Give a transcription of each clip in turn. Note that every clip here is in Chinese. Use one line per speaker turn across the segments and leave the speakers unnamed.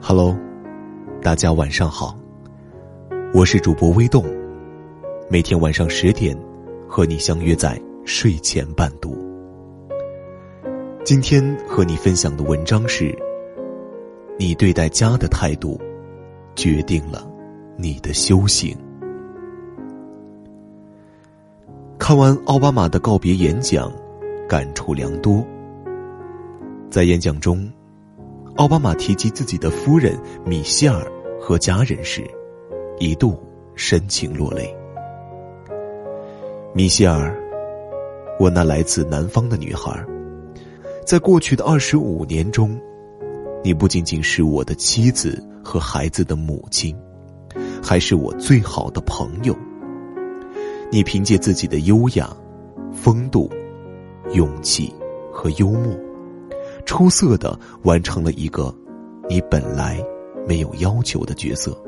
Hello， 大家晚上好，我是主播微动，每天晚上10点和你相约在睡前伴读。今天和你分享的文章是：你对待家的态度，决定了你的修行。看完奥巴马的告别演讲，感触良多。在演讲中，奥巴马提及自己的夫人米歇尔和家人时，一度深情落泪。米歇尔，我那来自南方的女孩，在过去的25年中，你不仅仅是我的妻子和孩子的母亲，还是我最好的朋友。你凭借自己的优雅、风度、勇气和幽默，出色地完成了一个你本来没有要求的角色。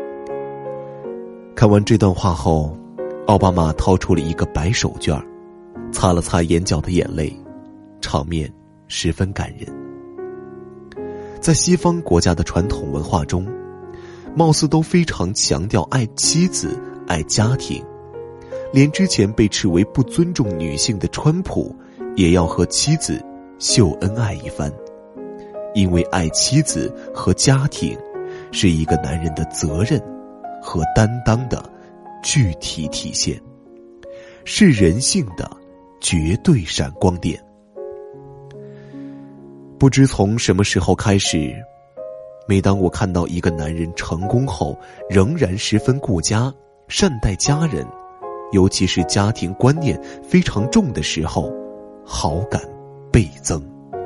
看完这段话后，奥巴马掏出了一个白手绢，擦了擦眼角的眼泪，场面十分感人。在西方国家的传统文化中，貌似都非常强调爱妻子、爱家庭，连之前被斥为不尊重女性的川普也要和妻子秀恩爱一番，因为爱妻子和家庭是一个男人的责任和担当的具体体现，是人性的绝对闪光点。不知从什么时候开始，每当我看到一个男人成功后仍然十分顾家、善待家人，尤其是家庭观念非常重的时候，好感倍增。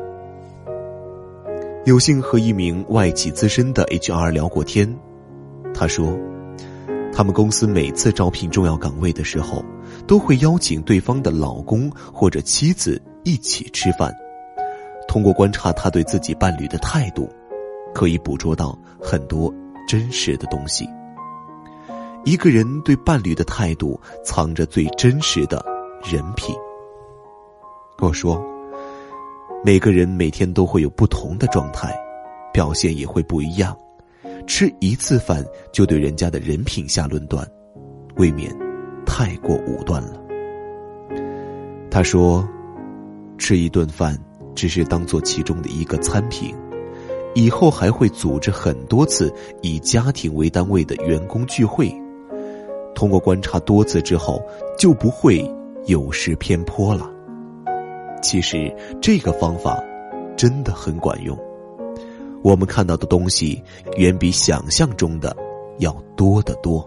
有幸和一名外企资深的 HR 聊过天，他说他们公司每次招聘重要岗位的时候，都会邀请对方的老公或者妻子一起吃饭，通过观察他对自己伴侣的态度，可以捕捉到很多真实的东西。一个人对伴侣的态度藏着最真实的人品。我说，每个人每天都会有不同的状态，表现也会不一样，吃一次饭就对人家的人品下论断，未免太过武断了。他说，吃一顿饭只是当做其中的一个餐品，以后还会组织很多次以家庭为单位的员工聚会，通过观察多次之后，就不会有失偏颇了。其实这个方法真的很管用，我们看到的东西远比想象中的要多得多。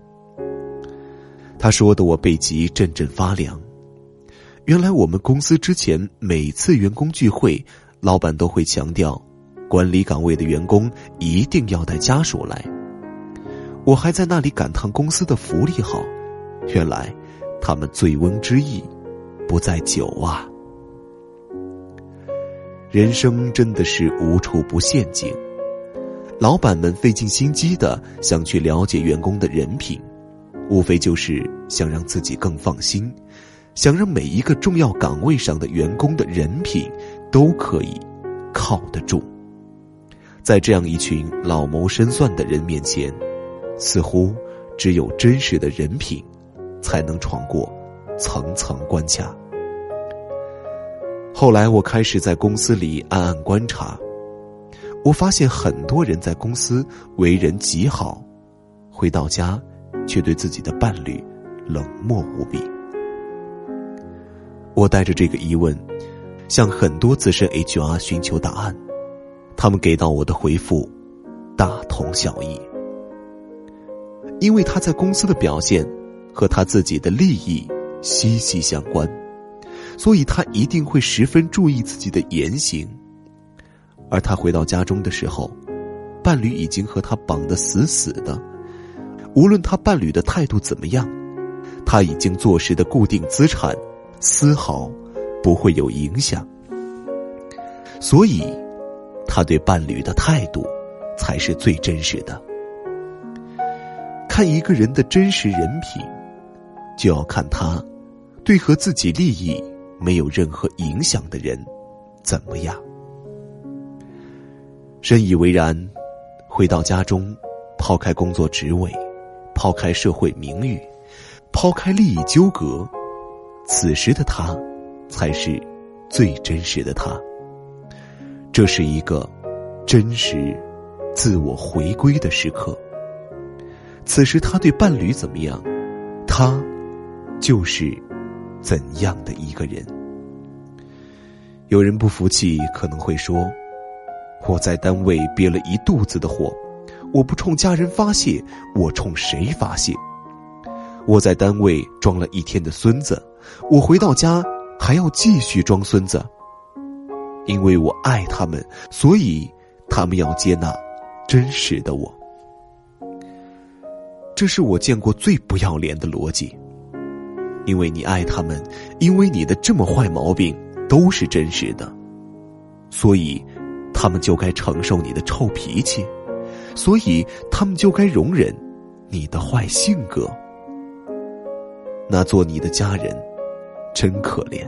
他说的我背脊阵阵发凉。原来我们公司之前每次员工聚会，老板都会强调管理岗位的员工一定要带家属来。我还在那里感叹公司的福利好，原来他们醉翁之意不在酒啊。人生真的是无处不陷阱，老板们费尽心机的想去了解员工的人品，无非就是想让自己更放心，想让每一个重要岗位上的员工的人品都可以靠得住。在这样一群老谋深算的人面前，似乎只有真实的人品才能闯过层层关卡。后来我开始在公司里暗暗观察，我发现很多人在公司为人极好，回到家却对自己的伴侣冷漠无比。我带着这个疑问向很多资深 HR 寻求答案，他们给到我的回复大同小异。因为他在公司的表现和他自己的利益息息相关，所以他一定会十分注意自己的言行。而他回到家中的时候，伴侣已经和他绑得死死的，无论他伴侣的态度怎么样，他已经坐实的固定资产丝毫不会有影响。所以他对伴侣的态度才是最真实的。看一个人的真实人品，就要看他对和自己利益没有任何影响的人怎么样。深以为然， 回到家中，抛开工作职位，抛开社会名誉，抛开利益纠葛，此时的他才是最真实的他。这是一个真实自我回归的时刻。此时他对伴侣怎么样，他就是怎样的一个人。有人不服气可能会说，我在单位憋了一肚子的火，我不冲家人发泄，我冲谁发泄？我在单位装了一天的孙子，我回到家还要继续装孙子。因为我爱他们，所以他们要接纳真实的我。这是我见过最不要脸的逻辑。因为你爱他们，因为你的这么坏毛病都是真实的，所以他们就该承受你的臭脾气，所以他们就该容忍你的坏性格。那做你的家人真可怜。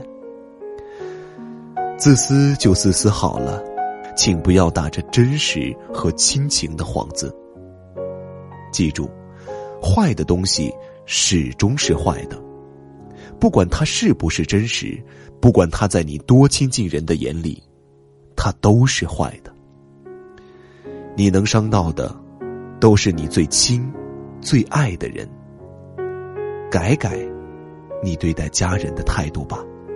自私就自私好了，请不要打着真实和亲情的幌子。记住，坏的东西始终是坏的，不管它是不是真实，不管它在你多亲近人的眼里，它都是坏的。你能伤到的都是你最亲最爱的人。改改你对待家人的态度吧。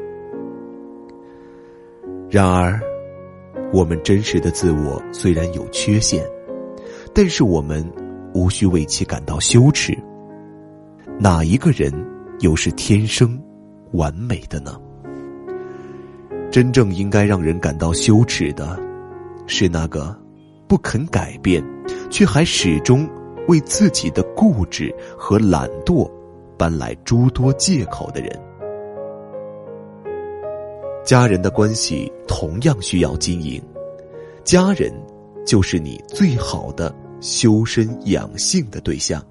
然而，我们真实的自我虽然有缺陷，但是我们无需为其感到羞耻。哪一个人又是天生完美的呢？真正应该让人感到羞耻的，是那个不肯改变，却还始终为自己的固执和懒惰搬来诸多借口的人。家人的关系同样需要经营，家人就是你最好的修身养性的对象。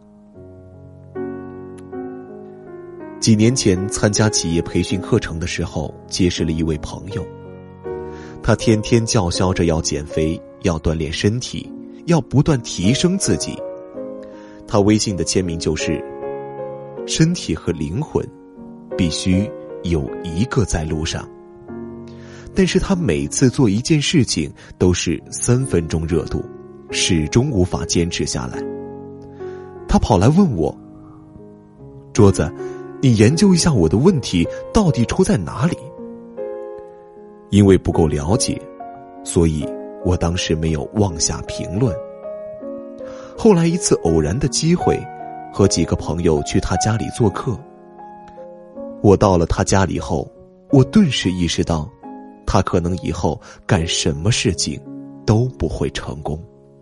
几年前参加企业培训课程的时候，结识了一位朋友，他天天叫嚣着要减肥，要锻炼身体，要不断提升自己。他微信的签名就是身体和灵魂必须有一个在路上。但是他每次做一件事情都是3分钟热度，始终无法坚持下来。他跑来问我，桌子，你研究一下我的问题到底出在哪里？因为不够了解，所以我当时没有妄下评论。后来一次偶然的机会，和几个朋友去他家里做客。我到了他家里后，我顿时意识到他可能以后干什么事情都不会成功。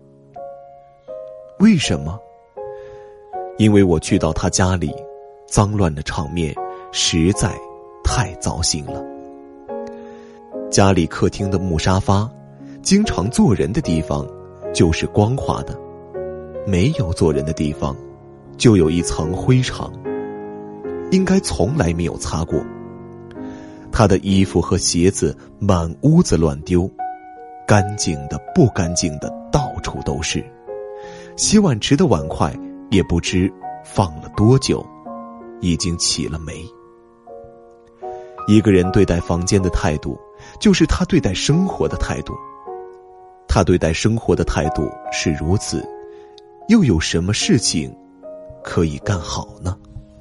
为什么？因为我去到他家里，脏乱的场面实在太糟心了。家里客厅的木沙发，经常坐人的地方就是光滑的，没有坐人的地方就有一层灰尘，应该从来没有擦过。他的衣服和鞋子满屋子乱丢，干净的不干净的到处都是，洗碗池的碗筷也不知放了多久，已经起了霉。一个人对待房间的态度，就是他对待生活的态度。他对待生活的态度是如此，又有什么事情可以干好呢？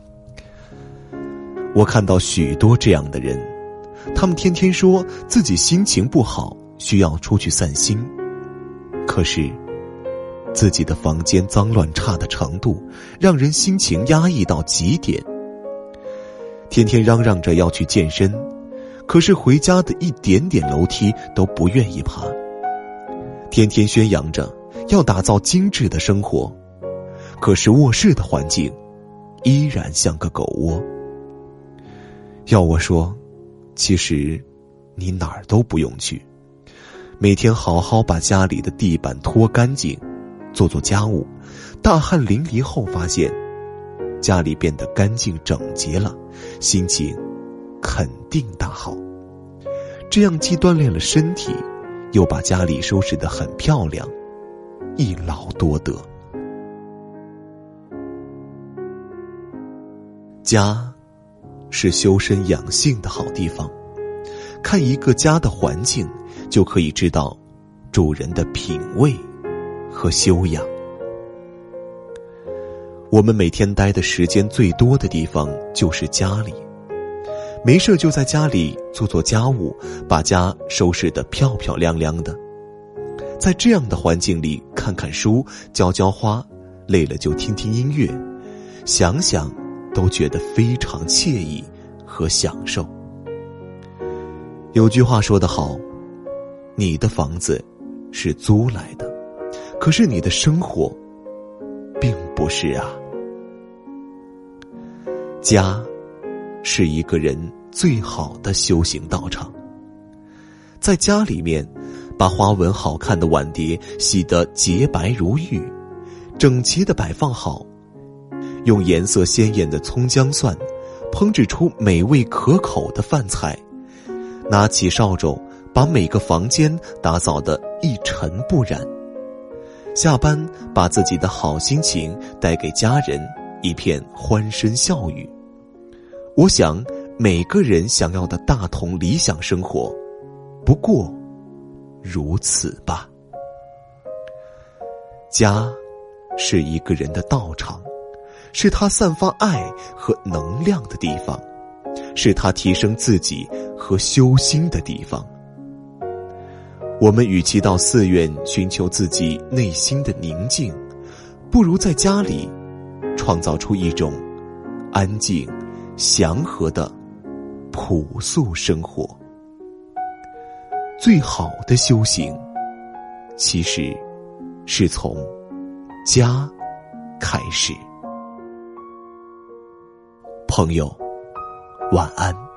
我看到许多这样的人，他们天天说自己心情不好，需要出去散心，可是自己的房间脏乱差的程度让人心情压抑到极点。天天嚷嚷着要去健身，可是回家的一点点楼梯都不愿意爬。天天宣扬着要打造精致的生活，可是卧室的环境依然像个狗窝。要我说，其实你哪儿都不用去，每天好好把家里的地板拖干净，做做家务，大汗淋漓后发现家里变得干净整洁了，心情肯定大好。这样既锻炼了身体，又把家里收拾得很漂亮， 一劳多得。家是修身养性的好地方，看一个家的环境，就可以知道主人的品味和修养。我们每天待的时间最多的地方就是家里，没事就在家里做做家务，把家收拾得漂漂亮亮的。在这样的环境里看看书，浇浇花，累了就听听音乐，想想都觉得非常惬意和享受。有句话说得好，你的房子是租来的，可是你的生活并不是啊。家是一个人最好的修行道场。在家里面，把花纹好看的碗碟洗得洁白如玉，整齐地摆放好，用颜色鲜艳的葱姜蒜烹制出美味可口的饭菜，拿起扫帚把每个房间打扫得一尘不染，下班把自己的好心情带给家人，一片欢声笑语。我想每个人想要的大同理想生活不过如此吧。家是一个人的道场，是他散发爱和能量的地方，是他提升自己和修心的地方。我们与其到寺院寻求自己内心的宁静，不如在家里创造出一种安静祥和的朴素生活。最好的修行其实是从家开始。朋友，晚安。